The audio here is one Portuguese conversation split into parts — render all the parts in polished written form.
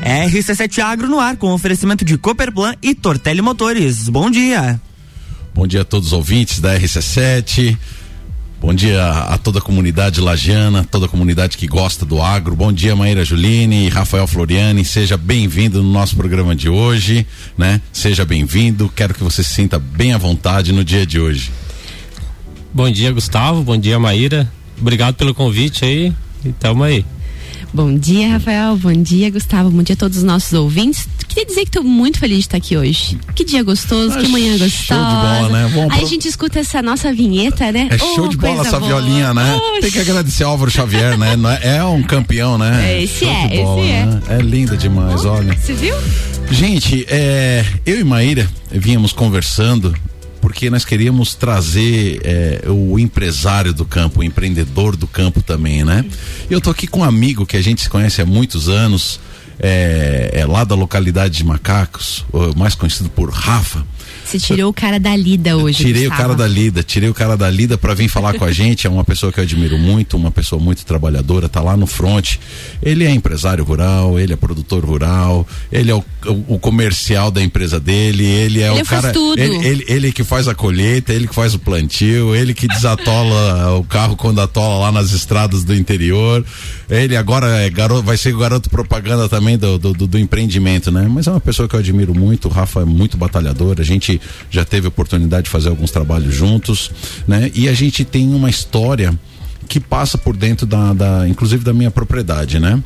RC7 Agro no ar, com oferecimento de Cooperplan e Tortelli Motores. Bom dia. Bom dia a todos os ouvintes da RC7. Bom dia a toda a comunidade lagiana, toda a comunidade que gosta do agro. Bom dia, Maíra Juline e Rafael Floriani. Seja bem-vindo no nosso programa de hoje, né? Seja bem-vindo. Quero que você se sinta bem à vontade no dia de hoje. Bom dia, Gustavo. Bom dia, Maíra. Obrigado pelo convite aí. E tamo aí. Bom dia, Rafael. Bom dia, Gustavo. Bom dia a todos os nossos ouvintes. Queria dizer que estou muito feliz de estar aqui hoje. Que dia gostoso, que manhã gostosa. Show de bola, né? Bom, aí a gente escuta essa nossa vinheta, né? Show de bola essa violinha, né? Oxe. Tem que agradecer ao Álvaro Xavier, né? É um campeão, né? Esse é. Né? É linda demais, olha. Você viu? Gente, eu e Maíra vínhamos conversando porque nós queríamos trazer o empresário do campo, o empreendedor do campo também, né? Eu tô aqui com um amigo que a gente se conhece há muitos anos, lá da localidade de Macacos, mais conhecido por Rafa. Você tirou o cara da lida hoje. Tirei o cara da lida pra vir falar com a gente. É uma pessoa que eu admiro muito, uma pessoa muito trabalhadora, tá lá no front. Ele é empresário rural, ele é produtor rural, ele é o comercial da empresa dele, ele o cara. Faz tudo. Ele que faz a colheita, ele que faz o plantio, ele que desatola o carro quando atola lá nas estradas do interior. Ele agora vai ser o garoto propaganda também do empreendimento, né? Mas é uma pessoa que eu admiro muito. O Rafa é muito batalhador, a gente já teve a oportunidade de fazer alguns trabalhos juntos, né? E a gente tem uma história que passa por dentro inclusive da minha propriedade, né?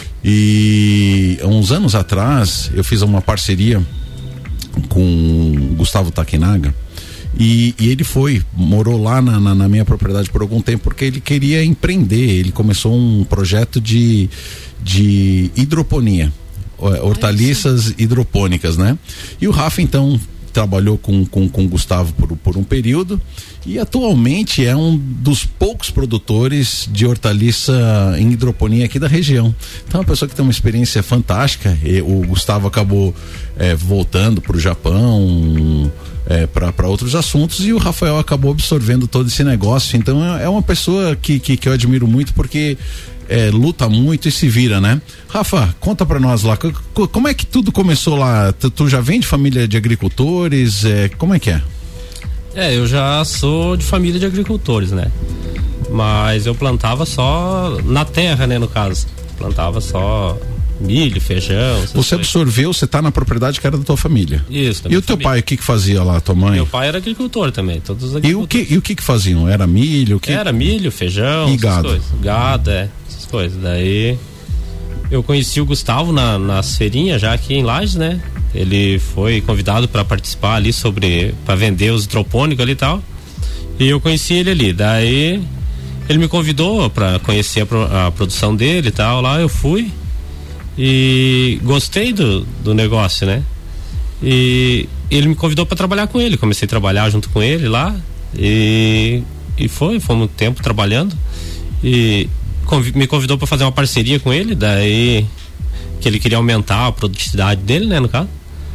E há uns anos atrás eu fiz uma parceria com o Gustavo Takinaga e ele morou lá na minha propriedade por algum tempo porque ele queria empreender. Ele começou um projeto de hidroponia, hortaliças hidropônicas, né? E o Rafa então trabalhou com o Gustavo por um período e atualmente é um dos poucos produtores de hortaliça em hidroponia aqui da região. Então é uma pessoa que tem uma experiência fantástica. O Gustavo acabou voltando para o Japão para outros assuntos e o Rafael acabou absorvendo todo esse negócio. Então é uma pessoa que eu admiro muito porque luta muito e se vira, né? Rafa, conta pra nós lá, como é que tudo começou lá? Tu já vem de família de agricultores? Como é que é? Eu já sou de família de agricultores, né? Mas eu plantava só na terra, né, no caso. Plantava só milho, feijão. Você absorveu, você tá na propriedade que era da tua família. Isso. E o teu pai, o que fazia lá, tua mãe? Meu pai era agricultor também, todos os agricultores. E o que faziam? Era milho? Era milho, feijão, e gado. Coisas. Essas coisas. Daí eu conheci o Gustavo nas feirinhas já aqui em Lages, né? Ele foi convidado para participar ali para vender os hidropônicos ali e tal. E eu conheci ele ali. Daí ele me convidou para conhecer a produção dele e tal. Lá eu fui e gostei do negócio, né? E ele me convidou para trabalhar com ele. Comecei a trabalhar junto com ele lá e fomos um tempo trabalhando e me convidou para fazer uma parceria com ele, daí que ele queria aumentar a produtividade dele, né, no caso.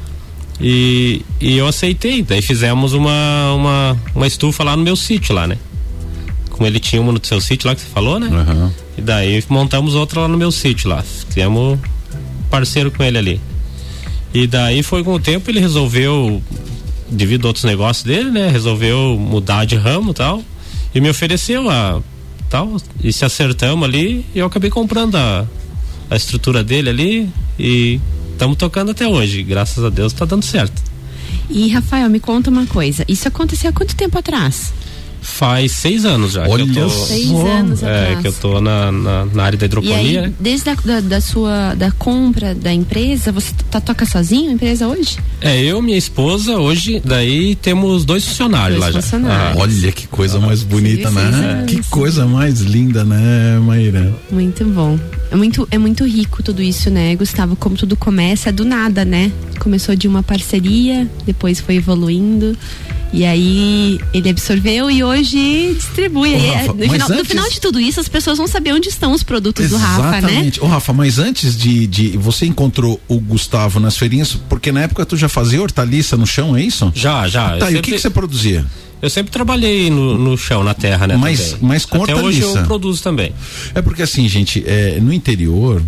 E eu aceitei, daí fizemos uma estufa lá no meu sítio lá, né? Como ele tinha uma no seu sítio lá que você falou, né? Uhum. E daí montamos outra lá no meu sítio lá, fizemos parceiro com ele ali. E daí foi com o tempo, ele resolveu, devido a outros negócios dele, né? Resolveu mudar de ramo e tal, e me ofereceu tal, e se acertamos ali e eu acabei comprando a estrutura dele ali e estamos tocando até hoje, graças a Deus tá dando certo. E Rafael, me conta uma coisa, isso aconteceu há quanto tempo atrás? Faz 6 anos já. Olha, que eu tô, 6 anos atrás. que eu tô na área da hidroponia. E aí, desde da compra da empresa, você toca sozinho a empresa hoje? Eu, minha esposa, hoje, daí temos 2 funcionários lá já. Olha que coisa mais bonita, né? Que coisa mais linda, né, Maíra? Muito bom. É muito rico tudo isso, né, Gustavo? Como tudo começa do nada, né? Começou de uma parceria, depois foi evoluindo. E aí ele absorveu e hoje distribui. Rafa, no final de tudo isso, as pessoas vão saber onde estão os produtos do Rafa, né? Exatamente. Rafa, mas antes de você encontrou o Gustavo nas feirinhas, porque na época tu já fazia hortaliça no chão, é isso? Já. Tá, e o que você produzia? Eu sempre trabalhei no chão, na terra, né? Mas com até hortaliça. hoje eu produzo também. É porque assim, gente, no interior, para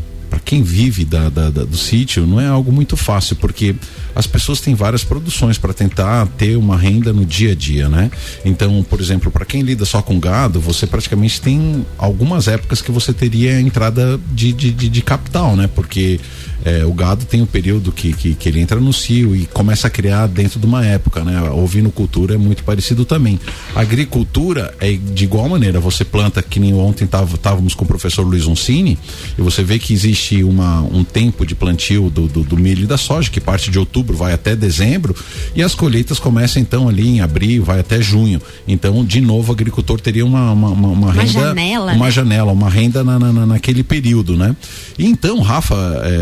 quem vive do sítio não é algo muito fácil, porque as pessoas têm várias produções para tentar ter uma renda no dia a dia, né? Então, por exemplo, para quem lida só com gado, você praticamente tem algumas épocas que você teria entrada de capital, né? Porque o gado tem um período que ele entra no cio e começa a criar dentro de uma época, né? A ovinocultura é muito parecido também. A agricultura é de igual maneira, você planta, que nem ontem estávamos com o professor Luiz Uncini, e você vê que existe um tempo de plantio do milho e da soja, que parte de outubro vai até dezembro, e as colheitas começam então ali em abril, vai até junho. Então, de novo, o agricultor teria uma renda, uma renda naquele período, né? E então, Rafa,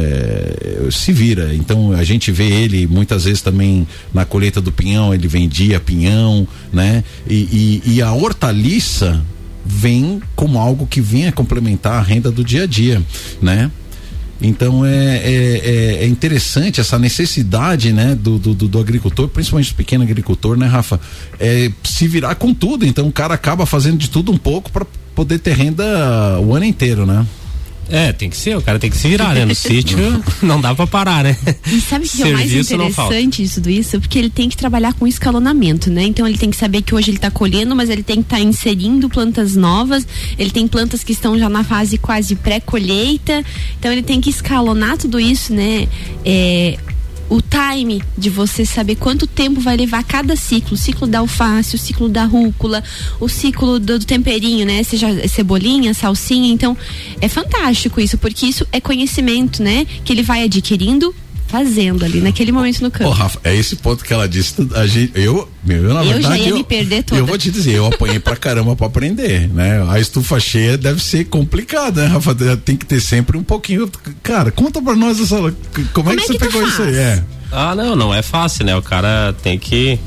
se vira. Então, a gente vê ele muitas vezes também na colheita do pinhão, ele vendia pinhão, né? E a hortaliça vem como algo que vem a complementar a renda do dia a dia, né? Então é interessante essa necessidade, né, do agricultor, principalmente do pequeno agricultor, né, Rafa, se virar com tudo. Então o cara acaba fazendo de tudo um pouco para poder ter renda o ano inteiro, né? Tem que ser, o cara tem que se virar, né? No sítio não dá pra parar, né? E sabe o que é o mais interessante de tudo isso? Porque ele tem que trabalhar com escalonamento, né? Então ele tem que saber que hoje ele tá colhendo, mas ele tem que estar inserindo plantas novas, ele tem plantas que estão já na fase quase pré-colheita, então ele tem que escalonar tudo isso, né? O time de você saber quanto tempo vai levar cada ciclo, o ciclo da alface, o ciclo da rúcula, o ciclo do temperinho, né? Seja cebolinha, salsinha. Então é fantástico isso, porque isso é conhecimento, né? Que ele vai adquirindo fazendo ali naquele momento no campo. Rafa, é esse ponto que ela disse, eu na verdade já ia me perder toda. Eu vou te dizer, eu apanhei pra caramba pra aprender, né? A estufa cheia deve ser complicada, né, Rafa? Tem que ter sempre um pouquinho. Cara, conta pra nós como é que você pegou isso aí? Não é fácil, né? O cara tem que,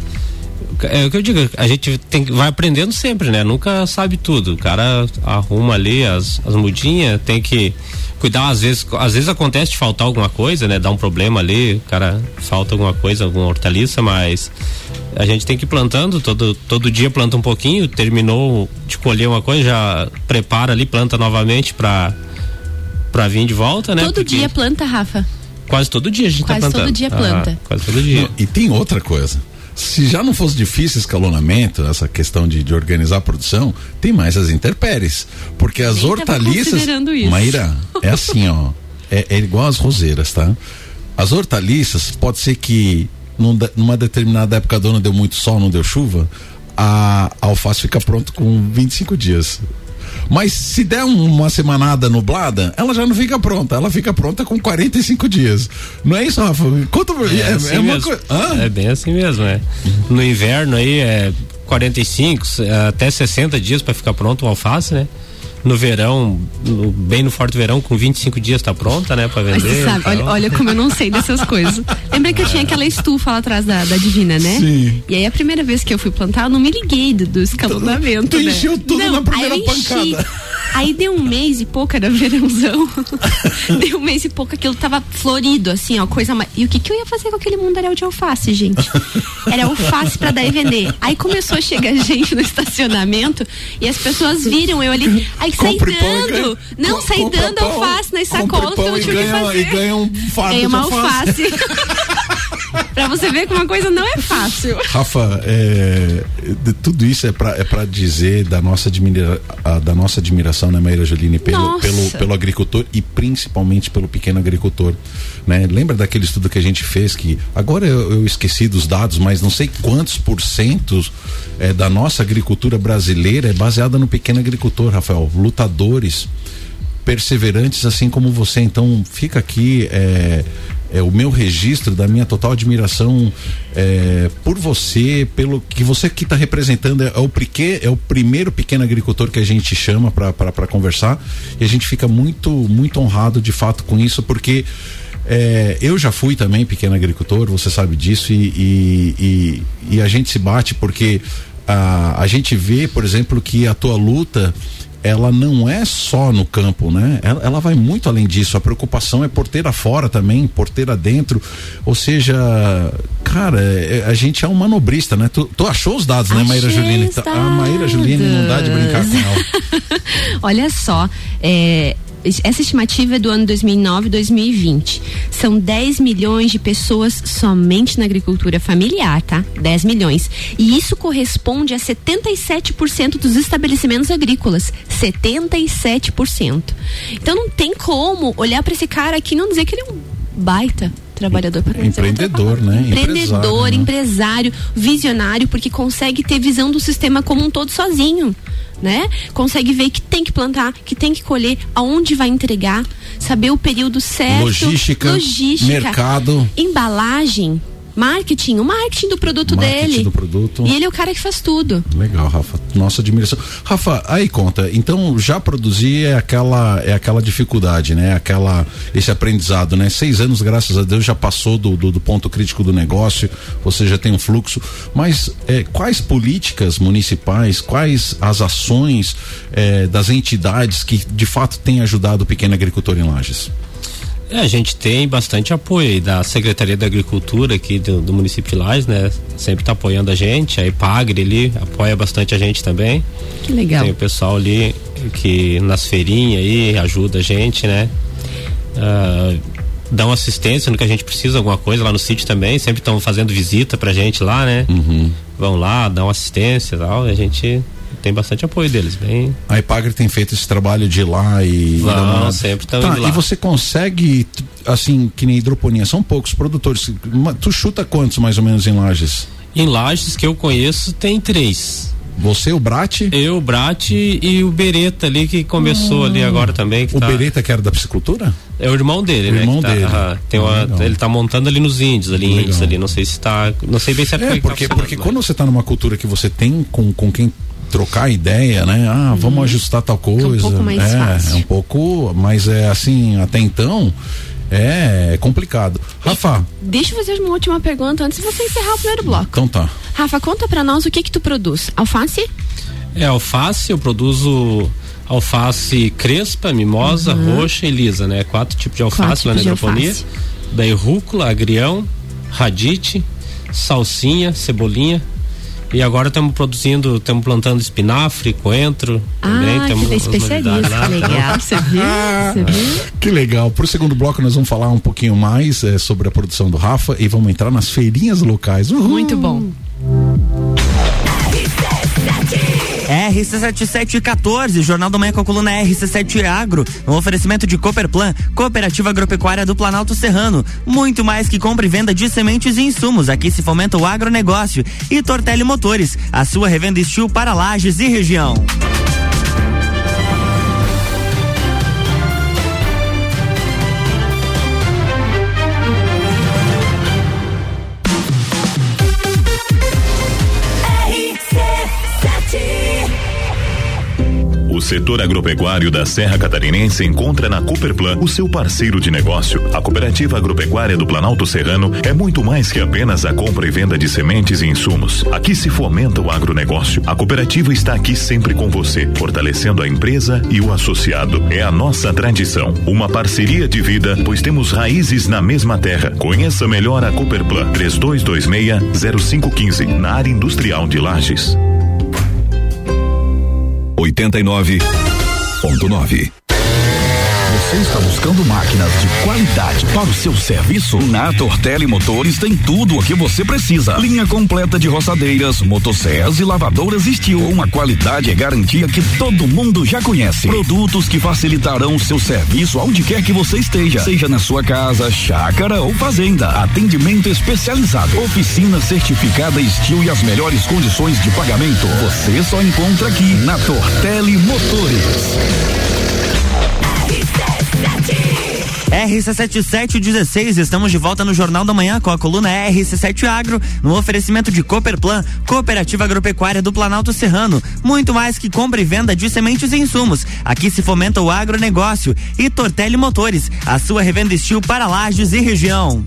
é o que eu digo, a gente vai aprendendo sempre, né? Nunca sabe tudo. O cara arruma ali as mudinhas, tem que cuidar, às vezes acontece de faltar alguma coisa, né? Dá um problema ali, o cara falta alguma coisa, alguma hortaliça, mas a gente tem que ir plantando, todo dia planta um pouquinho, terminou de colher uma coisa, já prepara ali, planta novamente pra vir de volta, né? Todo dia planta, Rafa? Quase todo dia a gente tá plantando. Quase todo dia planta. Quase todo dia. E tem outra coisa. Se já não fosse difícil escalonamento, essa questão de organizar a produção, tem mais as intempéries. Porque as hortaliças. Maíra, é assim, ó. É igual as roseiras, tá? As hortaliças, pode ser que numa determinada época do ano deu muito sol, não deu chuva, a alface fica pronta com 25 dias. Mas se der uma semanada nublada, ela já não fica pronta, ela fica pronta com 45 dias. Não é isso, Rafa? Conta pra mim. Assim uma coisa. É bem assim mesmo, No inverno aí é 45 até 60 dias para ficar pronto o alface, né? No verão, bem no forte verão, com 25 dias tá pronta, né, pra vender. Mas você sabe, olha como eu não sei dessas coisas. Lembra que eu tinha aquela estufa lá atrás da Divina, né? Sim. E aí a primeira vez que eu fui plantar, eu não me liguei do escalonamento, tu encheu tudo na primeira pancada. Aí deu um mês e pouco, era verãozão. Deu um mês e pouco, aquilo tava florido, assim, ó, coisa mais. E o que eu ia fazer com aquele mundaréu de alface, gente? Era alface pra dar e vender. Aí começou a chegar gente no estacionamento e as pessoas viram eu ali. Aí saí dando. Não, saí dando alface nas sacolas que eu não tinha o que fazer. E ganha um fardo de alface. Pra você ver que uma coisa não é fácil. Rafa, tudo isso é pra dizer da nossa admiração, né, Maíra Juline, pelo agricultor e principalmente pelo pequeno agricultor, né? Lembra daquele estudo que a gente fez que agora eu esqueci dos dados, mas não sei quantos % da nossa agricultura brasileira é baseada no pequeno agricultor, Rafael, lutadores, perseverantes assim como você. Então fica aqui o meu registro da minha total admiração por você, pelo que você que está representando, é o primeiro pequeno agricultor que a gente chama para conversar, e a gente fica muito, muito honrado de fato com isso, porque eu já fui também pequeno agricultor, você sabe disso, e a gente se bate porque a gente vê, por exemplo, que a tua luta, ela não é só no campo, né? Ela vai muito além disso. A preocupação é porteira fora também, porteira dentro. Ou seja, cara, a gente é um manobrista, né? Tu achou os dados, né, Maíra Juline? A Maíra Juline não dá de brincar com ela. Olha só, essa estimativa é do ano 2009 e 2020. São 10 milhões de pessoas somente na agricultura familiar, tá? 10 milhões. E isso corresponde a 77% dos estabelecimentos agrícolas. 77%. Então não tem como olhar para esse cara aqui e não dizer que ele é um baita trabalhador, empreendedor, né? Empreendedor, empresário, visionário, porque consegue ter visão do sistema como um todo sozinho, né? Consegue ver que tem que plantar, que tem que colher, aonde vai entregar, saber o período certo, logística, mercado, embalagem, marketing, o marketing do produto dele. E ele é o cara que faz tudo. Legal, Rafa. Nossa admiração. Rafa, aí conta. Então, já produzir é aquela dificuldade, né? Esse aprendizado, né? 6 anos, graças a Deus, já passou do ponto crítico do negócio. Você já tem um fluxo. Mas quais políticas municipais, quais as ações das entidades que de fato têm ajudado o pequeno agricultor em Lages? A gente tem bastante apoio aí da Secretaria da Agricultura aqui do município de Lages, né? Sempre tá apoiando a gente, a Epagre ali apoia bastante a gente também. Que legal. Tem o pessoal ali que nas feirinhas aí ajuda a gente, né? Dão assistência no que a gente precisa, alguma coisa lá no sítio também, sempre estão fazendo visita pra gente lá, né? Uhum. Vão lá, dão assistência e tal, e a gente tem bastante apoio deles, bem. A Epagre tem feito esse trabalho de ir lá e sempre estão indo lá. E você consegue, assim, que nem hidroponia, são poucos produtores, tu chuta quantos mais ou menos em Lages? Em Lages que eu conheço tem 3. Você, o Brate? Eu, o Brate e o Bereta ali que começou ali agora também. Que Bereta que era da piscicultura? É o irmão dele, né? Irmão dele. Ele tá montando ali nos índios, ali em índios ali, não sei bem certo como porque quando você tá numa cultura que você tem com quem trocar ideia, né? Vamos ajustar tal coisa. É um pouco mais fácil. É um pouco, mas assim, até então é complicado. Rafa. Deixa eu fazer uma última pergunta antes de você encerrar o primeiro bloco. Então tá. Rafa, conta pra nós o que tu produz. Alface? Alface, eu produzo alface crespa, mimosa, roxa e lisa, né? 4 tipos de alface lá na hidroponia. Daí rúcula, agrião, radite, salsinha, cebolinha. E agora estamos plantando espinafre, coentro. Também temos que especialista. Legal, você viu? Que legal. Pro segundo bloco nós vamos falar um pouquinho mais sobre a produção do Rafa e vamos entrar nas feirinhas locais. Uhul. Muito bom. RC7714, Jornal da Manhã com a coluna RC7 Agro, um oferecimento de Cooperplan, Cooperativa Agropecuária do Planalto Serrano. Muito mais que compra e venda de sementes e insumos, aqui se fomenta o agronegócio. E Tortelli Motores, a sua revenda Estil para Lages e região. O setor agropecuário da Serra Catarinense encontra na Cooperplan o seu parceiro de negócio. A Cooperativa Agropecuária do Planalto Serrano é muito mais que apenas a compra e venda de sementes e insumos. Aqui se fomenta o agronegócio. A cooperativa está aqui sempre com você, fortalecendo a empresa e o associado. É a nossa tradição. Uma parceria de vida, pois temos raízes na mesma terra. Conheça melhor a Cooperplan 3226-0515, na área industrial de Lages. 89.9. Você está buscando máquinas de qualidade para o seu serviço? Na Tortelli Motores tem tudo o que você precisa. Linha completa de roçadeiras, motosserras e lavadoras Estil. Uma qualidade e garantia que todo mundo já conhece. Produtos que facilitarão o seu serviço aonde quer que você esteja. Seja na sua casa, chácara ou fazenda. Atendimento especializado. Oficina certificada Estil e as melhores condições de pagamento. Você só encontra aqui na Tortelli Motores. RC7716, estamos de volta no Jornal da Manhã com a coluna RC7 Agro, no oferecimento de Cooperplan, Cooperativa Agropecuária do Planalto Serrano. Muito mais que compra e venda de sementes e insumos. Aqui se fomenta o agronegócio. E Tortelli Motores, a sua revenda Estil para Lages e região.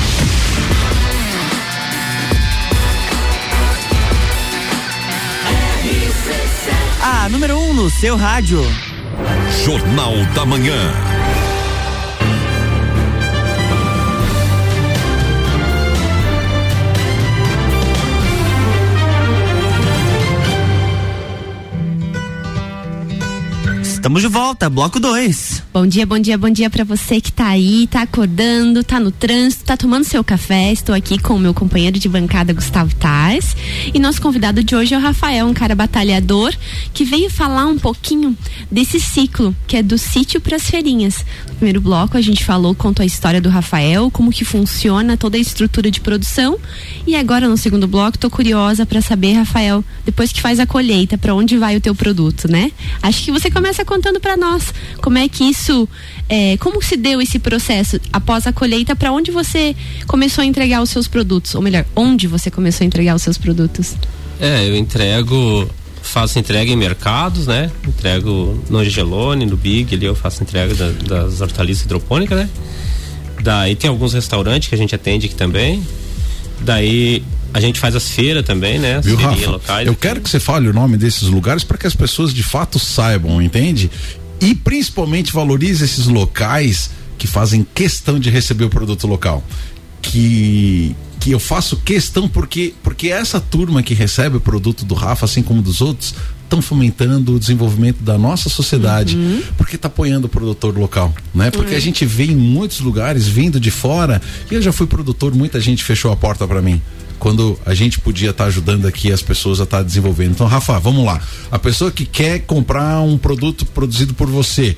A número 1 no seu rádio. Jornal da Manhã. Estamos Estamos de volta, bloco 2. Bom dia pra você que tá aí, tá acordando, tá no trânsito, tá tomando seu café. Estou aqui com o meu companheiro de bancada, Gustavo Tais, e nosso convidado de hoje é o Rafael, um cara batalhador que veio falar um pouquinho desse ciclo, que é do sítio pras feirinhas. No primeiro bloco a gente contou a história do Rafael, como que funciona toda a estrutura de produção, e agora no segundo bloco tô curiosa pra saber, Rafael, depois que faz a colheita, pra onde vai o teu produto, né? Acho que você começa contando pra nós como é que isso, como se deu esse processo após a colheita, pra onde você começou a entregar os seus produtos, ou melhor, onde você começou a entregar os seus produtos? Eu faço entrega em mercados, né? Entrego no Angelone, no Big, ali eu faço entrega das hortaliças hidropônicas, né? Daí tem alguns restaurantes que a gente atende aqui também. Daí a gente faz as feiras também, né? As feirinhas locais. Eu quero que você fale o nome desses lugares para que as pessoas de fato saibam, entende? E principalmente valorize esses locais que fazem questão de receber o produto local. Que eu faço questão porque essa turma que recebe o produto do Rafa, assim como dos outros, estão fomentando o desenvolvimento da nossa sociedade, porque está apoiando o produtor local, né? Porque a gente vê em muitos lugares vindo de fora, e eu já fui produtor, muita gente fechou a porta para mim quando a gente podia estar ajudando aqui as pessoas a estar desenvolvendo. Então, Rafa, vamos lá. A pessoa que quer comprar um produto produzido por você,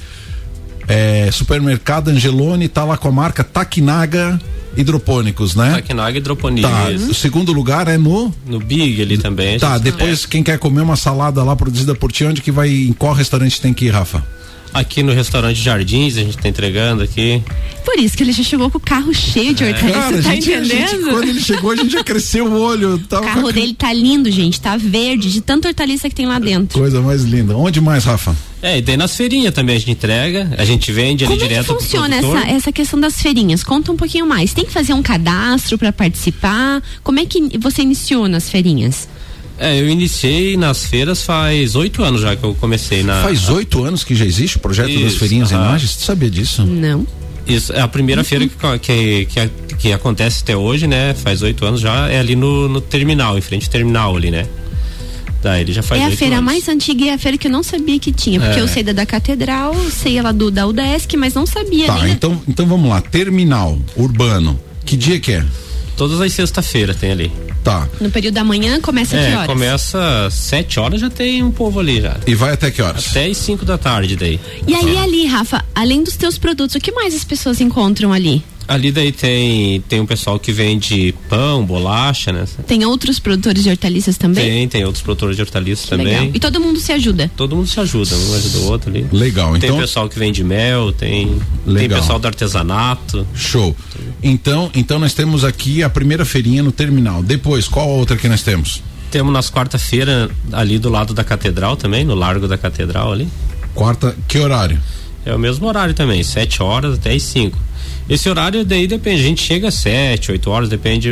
supermercado Angelone, tá lá com a marca Takinaga Hidropônicos, né? Takinaga Hidroponias. Tá, o segundo lugar é no Big ali também. Tá, depois quem quer comer uma salada lá produzida por ti, em qual restaurante tem que ir, Rafa? Aqui no restaurante Jardins, a gente tá entregando aqui. Por isso que ele já chegou com o carro cheio de hortaliça, cara, tá entendendo? Quando ele chegou, a gente já cresceu o olho. O carro dele tá lindo, gente, tá verde, de tanta hortaliça que tem lá dentro. Coisa mais linda. Onde mais, Rafa? E daí nas feirinhas também a gente entrega, a gente vende ali direto pro produtor. Como funciona essa questão das feirinhas? Conta um pouquinho mais. Tem que fazer um cadastro para participar? Como é que você iniciou nas feirinhas? Eu iniciei nas feiras faz 8 anos já que eu comecei na... Faz 8 anos que já existe o projeto das feirinhas em Lages? Você sabia disso? Não. Isso, é a primeira feira que acontece até hoje, né? Faz 8 anos já, é ali no terminal, em frente ao terminal ali, né? Daí ele já faz 8 anos. É a feira mais antiga e a feira que eu não sabia que tinha, porque eu sei da Catedral, sei ela da UDESC, mas não sabia. Tá, então vamos lá, terminal urbano, que dia que é? Todas as sexta-feiras tem ali. Tá. No período da manhã começa que horas? Começa 7 horas, já tem um povo ali já. E vai até que horas? Até as 5 da tarde daí. E aí ali, Rafa, além dos teus produtos, o que mais as pessoas encontram ali? Ali daí tem um pessoal que vende pão, bolacha, né? Tem outros produtores de hortaliças também? Tem outros produtores de hortaliças também. Legal. E todo mundo se ajuda? Todo mundo se ajuda, um ajuda o outro ali. Legal, então. Tem pessoal que vende mel, tem pessoal do artesanato. Show. Então nós temos aqui a primeira feirinha no terminal. Depois, qual a outra que nós temos? Temos nas quarta-feira ali do lado da Catedral também, no Largo da Catedral ali. Quarta, que horário? É o mesmo horário também, 7 horas até as 5. Esse horário daí depende, a gente chega às 7, 8 horas, depende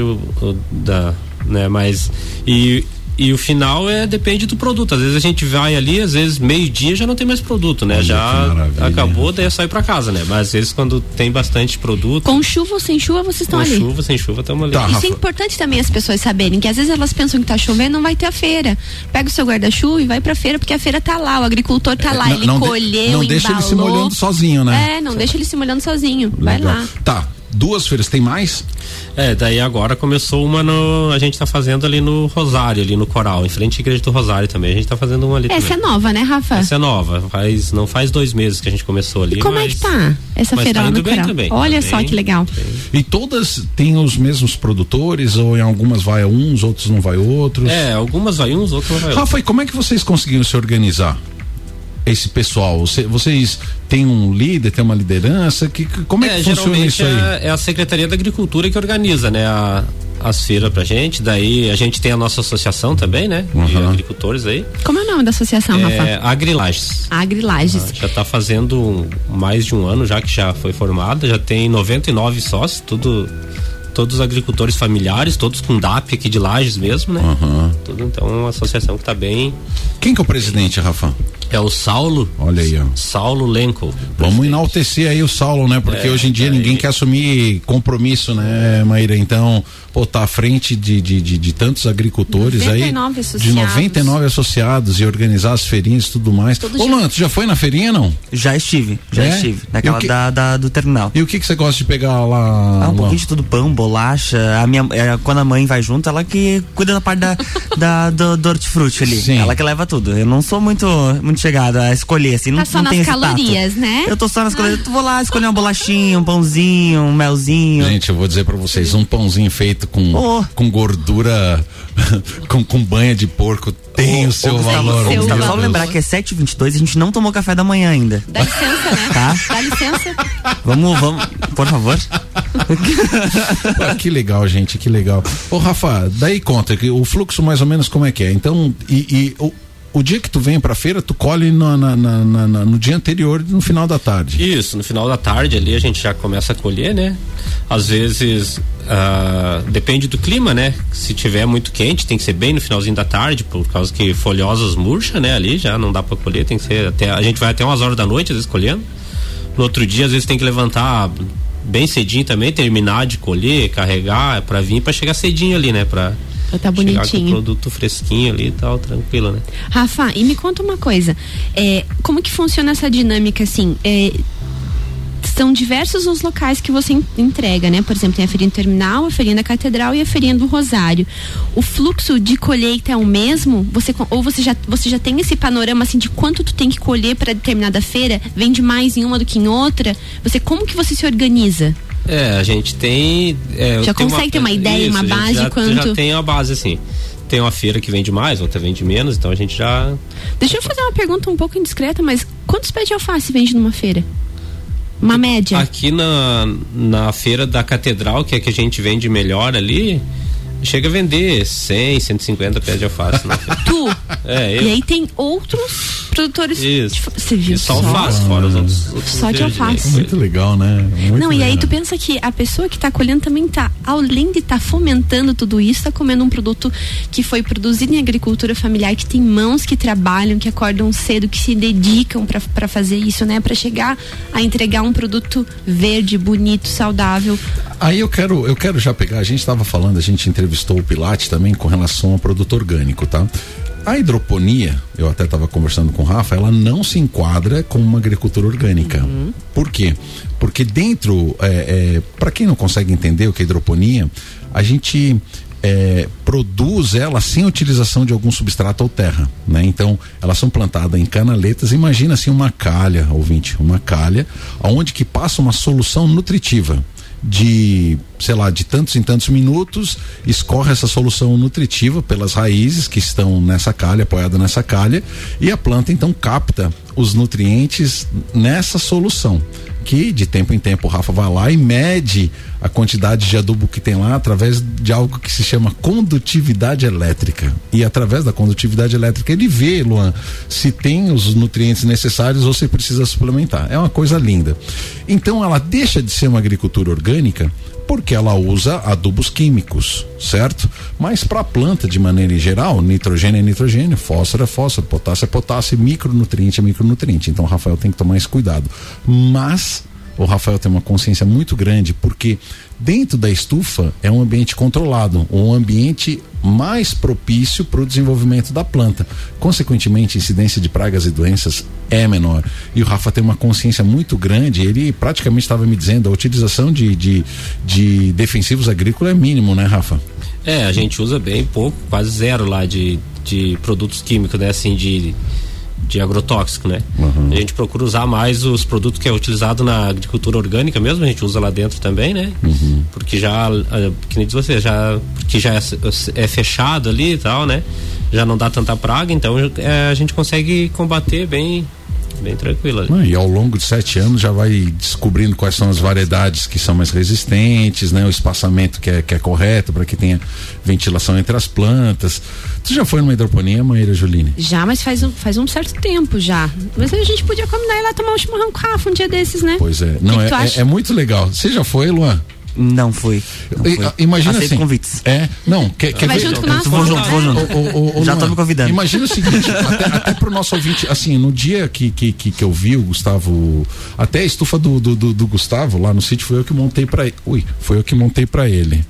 né, mas e o final depende do produto. Às vezes a gente vai ali, às vezes meio-dia já não tem mais produto, né? Já acabou, daí é só ir pra casa, né? Mas às vezes quando tem bastante produto. Com chuva ou sem chuva, vocês estão ali? Com chuva, sem chuva, estamos ali. Tá, isso é importante também as pessoas saberem, que às vezes elas pensam que tá chovendo, não vai ter a feira. Pega o seu guarda-chuva e vai pra feira, porque a feira tá lá, o agricultor tá lá, ele colheu, não deixa ele se molhando sozinho, né? Não deixa ele se molhando sozinho. Vai lá. Tá. 2 feiras, tem mais? Daí agora começou uma a gente tá fazendo ali no Rosário, ali no Coral, em frente à Igreja do Rosário também, a gente tá fazendo uma ali também. Essa é nova, né, Rafa? Essa é nova, não faz 2 meses que a gente começou ali. E como é que tá essa feira lá no Coral? Também, olha só que legal. E todas têm os mesmos produtores, ou em algumas vai uns, outros não vai outros? Algumas vai uns, outros não vai outros. Rafa, e como é que vocês conseguiram se organizar? Esse pessoal, vocês têm um líder, tem uma liderança, como é que funciona isso aí? É a Secretaria da Agricultura que organiza, né, as feiras pra gente, daí a gente tem a nossa associação também, né, de agricultores aí. Como é o nome da associação, Rafa? Agrilages. Agrilages. Já tá fazendo mais de um ano já que já foi formada, já tem 99 sócios, todos os agricultores familiares, todos com DAP aqui de Lages mesmo, né? Tudo, então, uma associação que tá bem... Quem que é o presidente, Rafa? É o Saulo. Olha aí, ó. Saulo Lenco. Vamos enaltecer aí o Saulo, né? Porque hoje em dia ninguém quer assumir compromisso, né, Maíra? Então, tá à frente de tantos agricultores 99 aí. Associados. De 99 associados e organizar as feirinhas e tudo mais. Ô, Luan, tu já foi na feirinha, não? Já estive. Naquela do terminal. E o que você gosta de pegar lá? Um pouquinho de tudo, pão, bolacha. Quando a mãe vai junto, ela que cuida da parte do hortifruti ali. Sim. Ela que leva tudo. Eu não sou muito chegado a escolher, assim, tá só não tem nas esse calorias, tato. né? Eu tô só nas calorias. Eu vou lá escolher uma bolachinha, um pãozinho, um melzinho. Gente, eu vou dizer pra vocês, um pãozinho feito com gordura, com banha de porco, tem o seu valor. Só lembrar que é 7h22 e a gente não tomou café da manhã ainda. Dá licença, né? Tá? Dá licença. Vamos, por favor. Que legal, gente, que legal. Ô, Rafa, daí conta que o fluxo mais ou menos como é que é? Então, o dia que tu vem pra feira, tu colhe no dia anterior, no final da tarde. Isso, no final da tarde ali a gente já começa a colher, né? Às vezes, depende do clima, né? Se tiver muito quente, tem que ser bem no finalzinho da tarde, por causa que folhosas murcha, né? Ali já não dá pra colher, tem que ser a gente vai até umas horas da noite, às vezes colhendo. No outro dia, às vezes tem que levantar bem cedinho também, terminar de colher, carregar, pra vir, pra chegar cedinho ali, né? Pra tá bonitinho. Chegar com o produto fresquinho ali e tal, tranquilo, né? Rafa, e me conta uma coisa, como que funciona essa dinâmica, assim, são diversos os locais que você entrega, né? Por exemplo, tem a feirinha do terminal, a feirinha da catedral e a feirinha do Rosário. O fluxo de colheita é o mesmo? Você já tem esse panorama, assim, de quanto tu tem que colher para determinada feira? Vende mais em uma do que em outra? Como que você se organiza? A gente tem... já consegue ter uma ideia, uma base de quanto... Já tem uma base, assim. Tem uma feira que vende mais, outra vende menos, então a gente já... Deixa eu fazer uma pergunta um pouco indiscreta, mas quantos pés de alface vende numa feira? Uma média? Aqui na feira da catedral, que é que a gente vende melhor ali, chega a vender 100, 150 pés de alface. Tu? E aí tem outros produtores. Isso. Você viu só alface, fora os outros só de alface. Muito legal, né? E aí tu pensa que a pessoa que tá colhendo também tá, além de tá fomentando tudo isso, tá comendo um produto que foi produzido em agricultura familiar, que tem mãos que trabalham, que acordam cedo, que se dedicam pra fazer isso, né? Pra chegar a entregar um produto verde, bonito, saudável. Aí eu quero já pegar, a gente entrevistou o Pilate também com relação ao produto orgânico, tá? A hidroponia, eu até estava conversando com o Rafa, ela não se enquadra como uma agricultura orgânica. Por quê? Porque dentro, para quem não consegue entender o que é hidroponia, a gente produz ela sem utilização de algum substrato ou terra, né? Então, elas são plantadas em canaletas. Imagina assim uma calha, ouvinte, uma calha, onde que passa uma solução nutritiva de tantos em tantos minutos, escorre essa solução nutritiva pelas raízes que estão nessa calha, apoiada nessa calha, e a planta então capta os nutrientes nessa solução, que de tempo em tempo o Rafa vai lá e mede a quantidade de adubo que tem lá através de algo que se chama condutividade elétrica, e através da condutividade elétrica ele vê, Luan, se tem os nutrientes necessários ou se precisa suplementar. É uma coisa linda. Então ela deixa de ser uma agricultura orgânica porque ela usa adubos químicos, certo? Mas para a planta, de maneira geral, nitrogênio é nitrogênio, fósforo é fósforo, potássio é potássio, micronutriente é micronutriente. Então o Rafael tem que tomar esse cuidado. Mas o Rafael tem uma consciência muito grande, porque dentro da estufa é um ambiente controlado, um ambiente mais propício para o desenvolvimento da planta. Consequentemente, a incidência de pragas e doenças é menor. E o Rafa tem uma consciência muito grande. Ele praticamente estava me dizendo, a utilização de defensivos agrícolas é mínimo, né, Rafa? A gente usa bem pouco, quase zero lá de produtos químicos, né, assim, de agrotóxico, né? A gente procura usar mais os produtos que é utilizado na agricultura orgânica mesmo, a gente usa lá dentro também, né? Porque que nem diz você, porque já é fechado ali e tal, né? Já não dá tanta praga, então a gente consegue combater bem tranquilo ali. E ao longo de 7 anos já vai descobrindo quais são as variedades que são mais resistentes, né? O espaçamento que é correto para que tenha ventilação entre as plantas. Tu já foi numa hidroponia, Maíra Juline? Já, mas faz um certo tempo já. Mas a gente podia combinar ir lá tomar um chimarrão com o Rafa um dia desses, né? Pois é. Não, é muito legal. Você já foi, Luan? Não fui. Imagina Aceito assim. convites. Não, quer Vai ver? junto com nós? Vou junto. Já tô me convidando. Imagina o seguinte, até pro nosso ouvinte, assim, no dia que eu vi o Gustavo, até a estufa do Gustavo lá no sítio foi eu que montei pra ele. Foi eu que montei pra ele.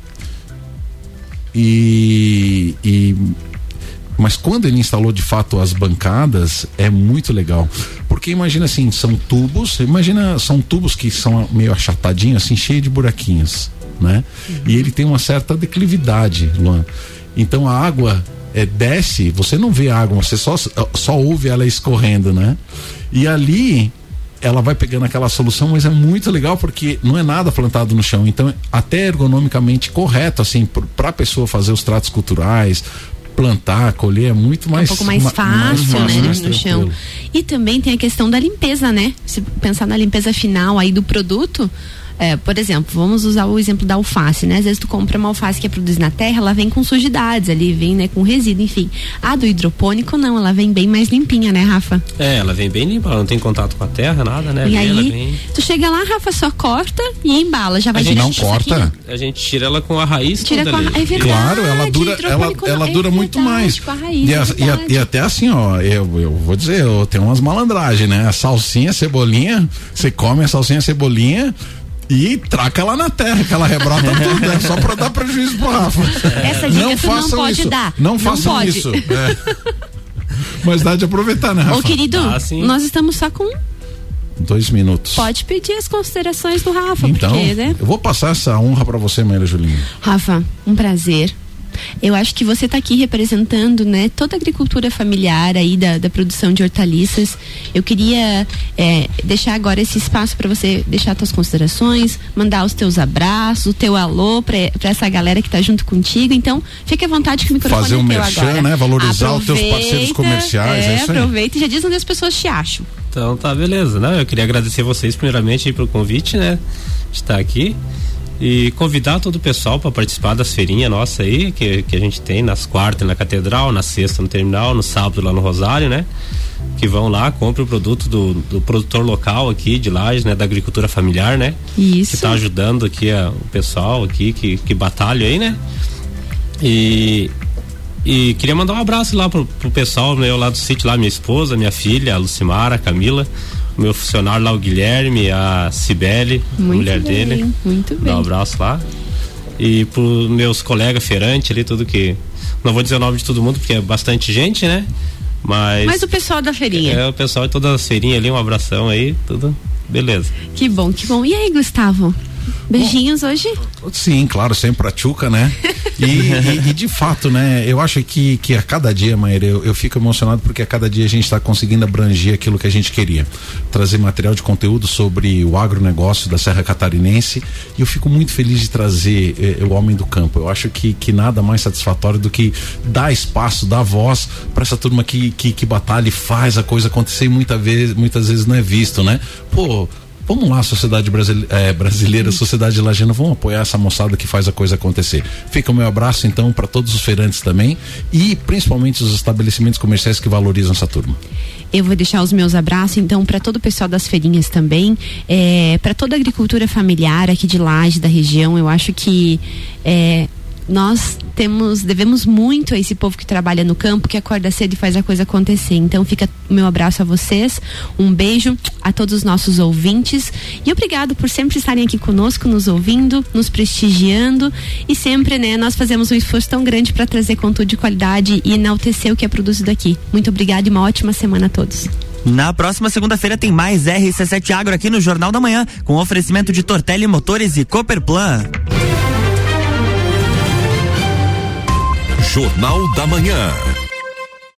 Mas quando ele instalou de fato as bancadas, é muito legal. Porque imagina assim, são tubos que são meio achatadinhos, assim, cheio de buraquinhos, né? E ele tem uma certa declividade, Luan. Então a água desce, você não vê a água, você só ouve ela escorrendo, né? E ali ela vai pegando aquela solução, mas é muito legal porque não é nada plantado no chão. Então, até ergonomicamente correto, assim, para a pessoa fazer os tratos culturais, plantar, colher, é muito mais um pouco mais fácil, né, mais no chão. E também tem a questão da limpeza, né? Se pensar na limpeza final aí do produto, por exemplo, vamos usar o exemplo da alface, né? Às vezes tu compra uma alface que é produzida na terra, ela vem com sujidades ali, vem, né, com resíduo, enfim. A do hidropônico não, ela vem bem mais limpinha, né, Rafa? Ela vem bem limpa, ela não tem contato com a terra, nada, né? E aí, tu chega lá, Rafa, só corta e embala, já vai não corta. A gente tira ela com a raiz. Tira com a raiz, é verdade. Claro, ela dura muito mais. Com a raiz, e até assim, ó, eu vou dizer, eu tenho umas malandragens, né? A salsinha, cebolinha, você come a salsinha, cebolinha e traca lá na terra, que ela rebrota tudo, né? Só pra dar prejuízo pro Rafa. Essa dica não façam não pode isso. dar. Não façam isso. Mas dá de aproveitar, né, Rafa? Ô, querido, nós estamos só com 2 minutos. Pode pedir as considerações do Rafa, então, porque, né? Eu vou passar essa honra pra você, Maíra Julinho. Rafa, um prazer. Eu acho que você está aqui representando, né, toda a agricultura familiar aí da produção de hortaliças. Eu queria deixar agora esse espaço para você deixar suas considerações, mandar os teus abraços, o teu alô para essa galera que está junto contigo. Então, fique à vontade que o microfone fazer é teu merchan, agora. Né? Valorizar os teus parceiros comerciais. É isso aí. Aproveita e já diz onde as pessoas te acham. Então tá, beleza, né? Eu queria agradecer vocês primeiramente aí pelo convite, né? De estar aqui. E convidar todo o pessoal para participar das feirinhas nossas aí, que a gente tem nas quartas na Catedral, na sexta no Terminal, no sábado lá no Rosário, né? Que vão lá, compre o produto do produtor local aqui de Lages, né? Da agricultura familiar, né? Isso. Que tá ajudando aqui o pessoal aqui que batalha aí, né? E queria mandar um abraço lá pro pessoal meu lá do sítio, lá minha esposa, minha filha, a Lucimara, a Camila, o meu funcionário lá, o Guilherme, a Cibele, a mulher dele. Muito bem. Dá um abraço lá. E pros meus colegas feirantes ali, tudo que. Não vou dizer o nome de todo mundo, porque é bastante gente, né? Mas o pessoal da feirinha. O pessoal de todas as feirinhas ali, um abração aí, tudo. Beleza. Que bom, que bom. E aí, Gustavo? Beijinhos hoje? Sim, claro, sempre pra Tchuca, né? E de fato, né? Eu acho que a cada dia, Maíra, eu fico emocionado porque a cada dia a gente está conseguindo abranger aquilo que a gente queria. Trazer material de conteúdo sobre o agronegócio da Serra Catarinense, e eu fico muito feliz de trazer o homem do campo. Eu acho que nada mais satisfatório do que dar espaço, dar voz para essa turma que batalha e faz a coisa acontecer, e muitas vezes não é visto, né? Pô, vamos lá, sociedade brasileira, sociedade lagina, vamos apoiar essa moçada que faz a coisa acontecer. Fica o meu abraço então para todos os feirantes também, e principalmente os estabelecimentos comerciais que valorizam essa turma. Eu vou deixar os meus abraços então para todo o pessoal das feirinhas também, para toda a agricultura familiar aqui de Lages, da região. Eu acho que nós devemos muito a esse povo que trabalha no campo, que acorda cedo e faz a coisa acontecer. Então fica o meu abraço a vocês, um beijo a todos os nossos ouvintes e obrigado por sempre estarem aqui conosco, nos ouvindo, nos prestigiando, e sempre, né, nós fazemos um esforço tão grande para trazer conteúdo de qualidade e enaltecer o que é produzido aqui. Muito obrigado e uma ótima semana a todos. Na próxima segunda-feira tem mais RC7 Agro aqui no Jornal da Manhã, com oferecimento de Tortelli Motores e Cooperplan. Jornal da Manhã.